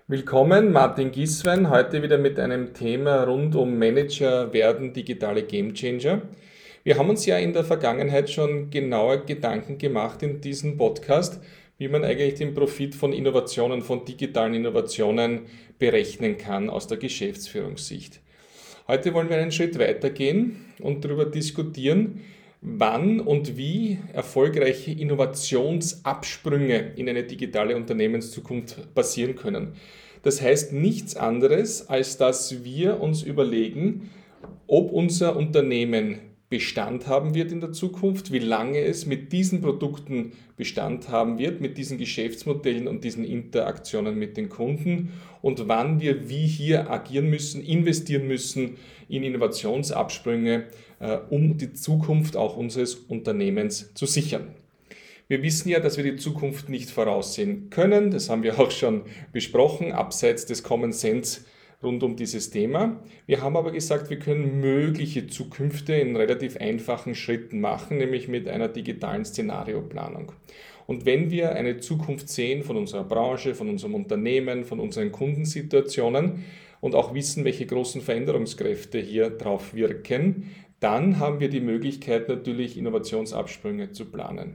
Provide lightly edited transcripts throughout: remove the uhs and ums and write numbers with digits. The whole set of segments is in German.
Willkommen, Martin Giswein, heute wieder mit einem Thema rund um Manager werden digitale Gamechanger. Wir haben uns ja in der Vergangenheit schon genauer Gedanken gemacht in diesem Podcast, wie man eigentlich den Profit von Innovationen, von digitalen Innovationen berechnen kann aus der Geschäftsführungssicht. Heute wollen wir einen Schritt weitergehen und darüber diskutieren, wann und wie erfolgreiche Innovationsabsprünge in eine digitale Unternehmenszukunft passieren können. Das heißt nichts anderes, als dass wir uns überlegen, ob unser Unternehmen Bestand haben wird in der Zukunft, wie lange es mit diesen Produkten Bestand haben wird, mit diesen Geschäftsmodellen und diesen Interaktionen mit den Kunden und wann wir wie hier agieren müssen, investieren müssen in Innovationsabsprünge, um die Zukunft auch unseres Unternehmens zu sichern. Wir wissen ja, dass wir die Zukunft nicht voraussehen können. Das haben wir auch schon besprochen, abseits des Common Sense rund um dieses Thema. Wir haben aber gesagt, wir können mögliche Zukünfte in relativ einfachen Schritten machen, nämlich mit einer digitalen Szenarioplanung. Und wenn wir eine Zukunft sehen von unserer Branche, von unserem Unternehmen, von unseren Kundensituationen und auch wissen, welche großen Veränderungskräfte hier drauf wirken, dann haben wir die Möglichkeit, natürlich Innovationsabsprünge zu planen.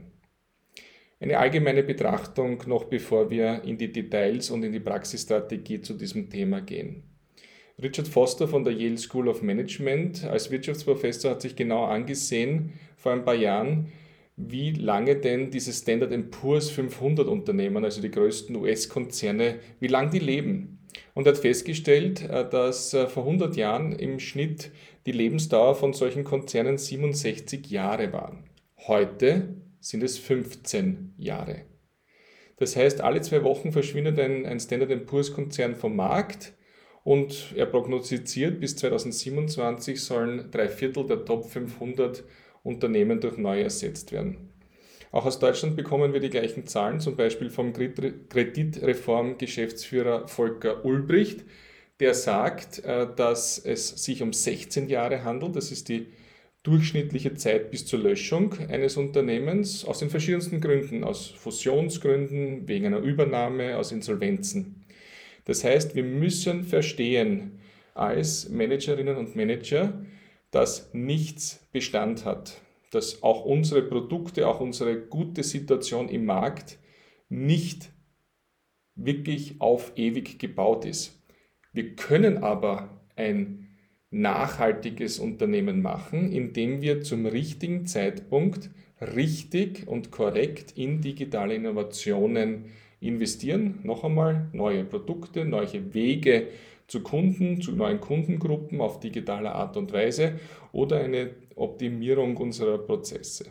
Eine allgemeine Betrachtung noch, bevor wir in die Details und in die Praxisstrategie zu diesem Thema gehen. Richard Foster von der Yale School of Management als Wirtschaftsprofessor hat sich genau angesehen, vor ein paar Jahren, wie lange denn diese Standard & Poor's 500 Unternehmen, also die größten US-Konzerne, wie lange die leben. Und er hat festgestellt, dass vor 100 Jahren im Schnitt die Lebensdauer von solchen Konzernen 67 Jahre waren. Heute sind es 15 Jahre. Das heißt, alle 2 Wochen verschwindet ein Standard & Poor's Konzern vom Markt und er prognostiziert, bis 2027 sollen 3/4 der Top 500 Unternehmen durch neue ersetzt werden. Auch aus Deutschland bekommen wir die gleichen Zahlen, zum Beispiel vom Kreditreform-Geschäftsführer Volker Ulbricht, der sagt, dass es sich um 16 Jahre handelt. Das ist die durchschnittliche Zeit bis zur Löschung eines Unternehmens aus den verschiedensten Gründen, aus Fusionsgründen, wegen einer Übernahme, aus Insolvenzen. Das heißt, wir müssen verstehen als Managerinnen und Manager, dass nichts Bestand hat, dass auch unsere Produkte, auch unsere gute Situation im Markt nicht wirklich auf ewig gebaut ist. Wir können aber ein nachhaltiges Unternehmen machen, indem wir zum richtigen Zeitpunkt richtig und korrekt in digitale Innovationen investieren. Noch einmal neue Produkte, neue Wege zu Kunden, zu neuen Kundengruppen auf digitale Art und Weise oder eine Optimierung unserer Prozesse.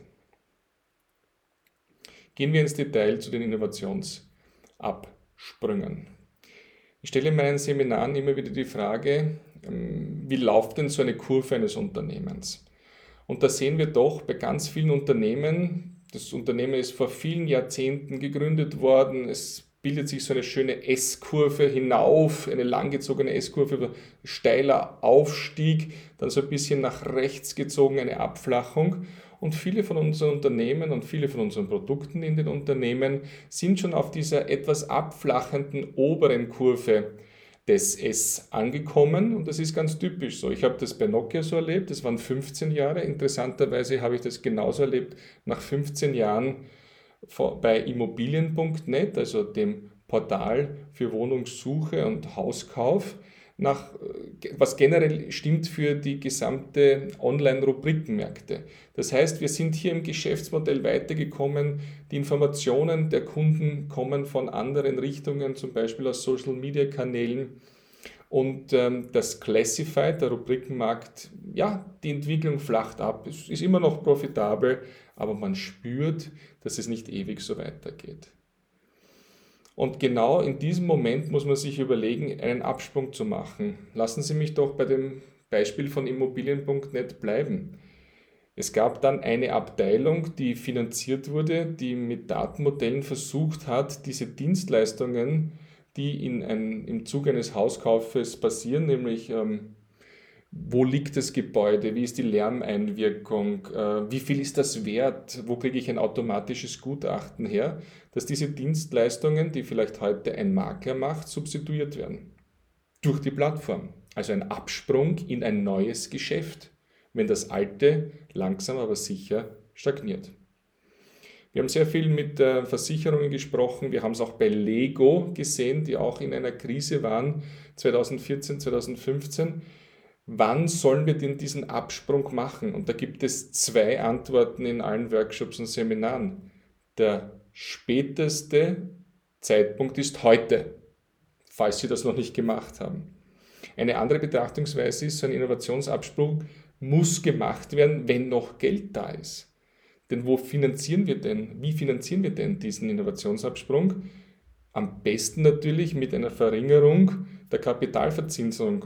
Gehen wir ins Detail zu den Innovationsabsprüngen. Ich stelle in meinen Seminaren immer wieder die Frage, wie läuft denn so eine Kurve eines Unternehmens? Und da sehen wir doch bei ganz vielen Unternehmen, das Unternehmen ist vor vielen Jahrzehnten gegründet worden, es bildet sich so eine schöne S-Kurve hinauf, eine langgezogene S-Kurve, steiler Aufstieg, dann so ein bisschen nach rechts gezogen eine Abflachung. Und viele von unseren Unternehmen und viele von unseren Produkten in den Unternehmen sind schon auf dieser etwas abflachenden oberen Kurve des S angekommen und das ist ganz typisch so. Ich habe das bei Nokia so erlebt, das waren 15 Jahre. Interessanterweise habe ich das genauso erlebt nach 15 Jahren bei Immobilien.net, also dem Portal für Wohnungssuche und Hauskauf, was generell stimmt für die gesamte Online-Rubrikenmärkte. Das heißt, wir sind hier im Geschäftsmodell weitergekommen. Die Informationen der Kunden kommen von anderen Richtungen, zum Beispiel aus Social-Media-Kanälen. Und das Classified, der Rubrikenmarkt, ja, die Entwicklung flacht ab. Es ist immer noch profitabel, aber man spürt, dass es nicht ewig so weitergeht. Und genau in diesem Moment muss man sich überlegen, einen Absprung zu machen. Lassen Sie mich doch bei dem Beispiel von Immobilien.net bleiben. Es gab dann eine Abteilung, die finanziert wurde, die mit Datenmodellen versucht hat, diese Dienstleistungen, die im Zuge eines Hauskaufes passieren, nämlich wo liegt das Gebäude, wie ist die Lärmeinwirkung, wie viel ist das wert, wo kriege ich ein automatisches Gutachten her, dass diese Dienstleistungen, die vielleicht heute ein Makler macht, substituiert werden durch die Plattform. Also ein Absprung in ein neues Geschäft, wenn das alte langsam aber sicher stagniert. Wir haben sehr viel mit Versicherungen gesprochen. Wir haben es auch bei Lego gesehen, die auch in einer Krise waren, 2014, 2015. Wann sollen wir denn diesen Absprung machen? Und da gibt es zwei Antworten in allen Workshops und Seminaren. Der späteste Zeitpunkt ist heute, falls Sie das noch nicht gemacht haben. Eine andere Betrachtungsweise ist, so ein Innovationsabsprung muss gemacht werden, wenn noch Geld da ist. Denn wie finanzieren wir denn diesen Innovationsabsprung? Am besten natürlich mit einer Verringerung der Kapitalverzinsung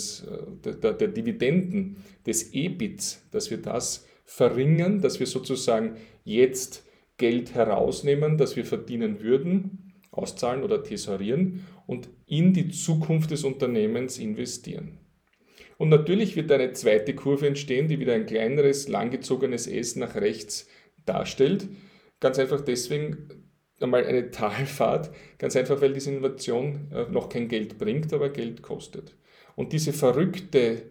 der Dividenden, des EBITs, dass wir das verringern, dass wir sozusagen jetzt Geld herausnehmen, das wir verdienen würden, auszahlen oder tesourieren und in die Zukunft des Unternehmens investieren. Und natürlich wird eine zweite Kurve entstehen, die wieder ein kleineres, langgezogenes S nach rechts darstellt. Ganz einfach deswegen einmal eine Talfahrt, ganz einfach, weil diese Innovation noch kein Geld bringt, aber Geld kostet. Und diese verrückte,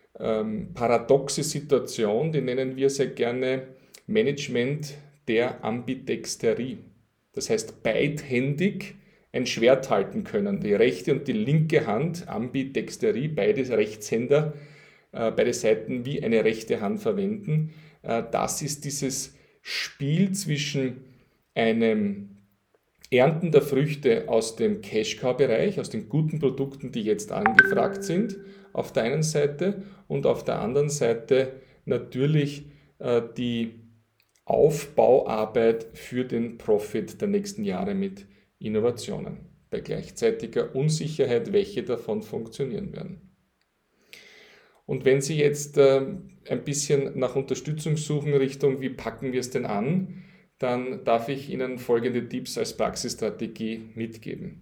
paradoxe Situation, die nennen wir sehr gerne Management der Ambidexterie. Das heißt, beidhändig ein Schwert halten können. Die rechte und die linke Hand, Ambidexterie, beide Rechtshänder, beide Seiten wie eine rechte Hand verwenden. Das ist dieses Spiel zwischen einem Ernten der Früchte aus dem Cash-Cow-Bereich, aus den guten Produkten, die jetzt angefragt sind, auf der einen Seite und auf der anderen Seite natürlich die Aufbauarbeit für den Profit der nächsten Jahre mit Innovationen, bei gleichzeitiger Unsicherheit, welche davon funktionieren werden. Und wenn Sie jetzt ein bisschen nach Unterstützung suchen Richtung, wie packen wir es denn an, dann darf ich Ihnen folgende Tipps als Praxisstrategie mitgeben.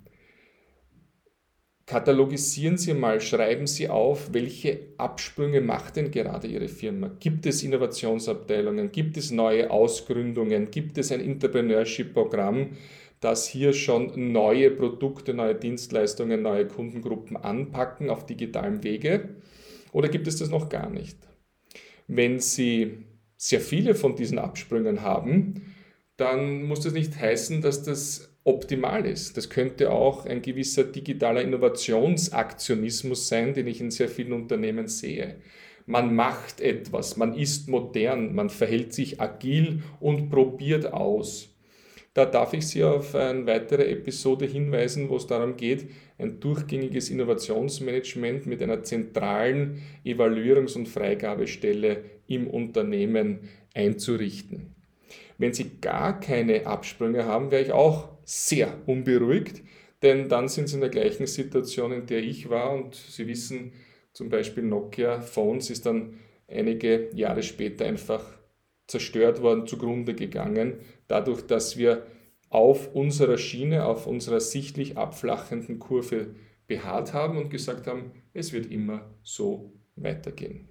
Katalogisieren Sie mal, schreiben Sie auf, welche Absprünge macht denn gerade Ihre Firma? Gibt es Innovationsabteilungen? Gibt es neue Ausgründungen? Gibt es ein Entrepreneurship-Programm, das hier schon neue Produkte, neue Dienstleistungen, neue Kundengruppen anpacken auf digitalem Wege? Oder gibt es das noch gar nicht? Wenn Sie sehr viele von diesen Absprüngen haben, dann muss das nicht heißen, dass das optimal ist. Das könnte auch ein gewisser digitaler Innovationsaktionismus sein, den ich in sehr vielen Unternehmen sehe. Man macht etwas, man ist modern, man verhält sich agil und probiert aus. Da darf ich Sie auf eine weitere Episode hinweisen, wo es darum geht, ein durchgängiges Innovationsmanagement mit einer zentralen Evaluierungs- und Freigabestelle im Unternehmen einzurichten. Wenn Sie gar keine Absprünge haben, wäre ich auch sehr unberuhigt, denn dann sind Sie in der gleichen Situation, in der ich war, und Sie wissen, zum Beispiel Nokia Phones ist dann einige Jahre später einfach zerstört worden, zugrunde gegangen, dadurch, dass wir auf unserer Schiene, auf unserer sichtlich abflachenden Kurve beharrt haben und gesagt haben, es wird immer so weitergehen.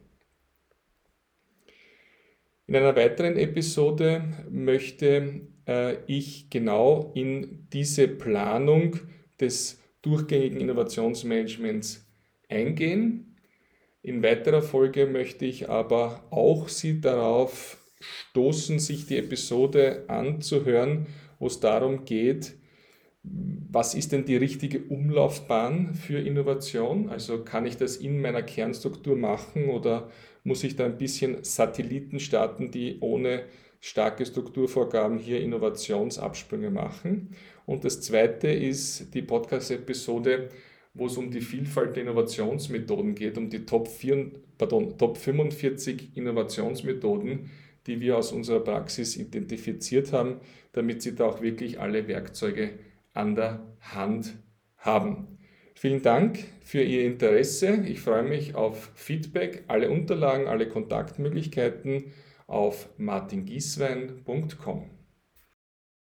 In einer weiteren Episode möchte ich genau in diese Planung des durchgängigen Innovationsmanagements eingehen. In weiterer Folge möchte ich aber auch Sie darauf stoßen, sich die Episode anzuhören, wo es darum geht, was ist denn die richtige Umlaufbahn für Innovation? Also kann ich das in meiner Kernstruktur machen oder muss ich da ein bisschen Satelliten starten, die ohne starke Strukturvorgaben hier Innovationsabsprünge machen? Und das zweite ist die Podcast-Episode, wo es um die Vielfalt der Innovationsmethoden geht, um die Top 45 Innovationsmethoden, die wir aus unserer Praxis identifiziert haben, damit Sie da auch wirklich alle Werkzeuge an der Hand haben. Vielen Dank für Ihr Interesse. Ich freue mich auf Feedback, alle Unterlagen, alle Kontaktmöglichkeiten auf martingieswein.com.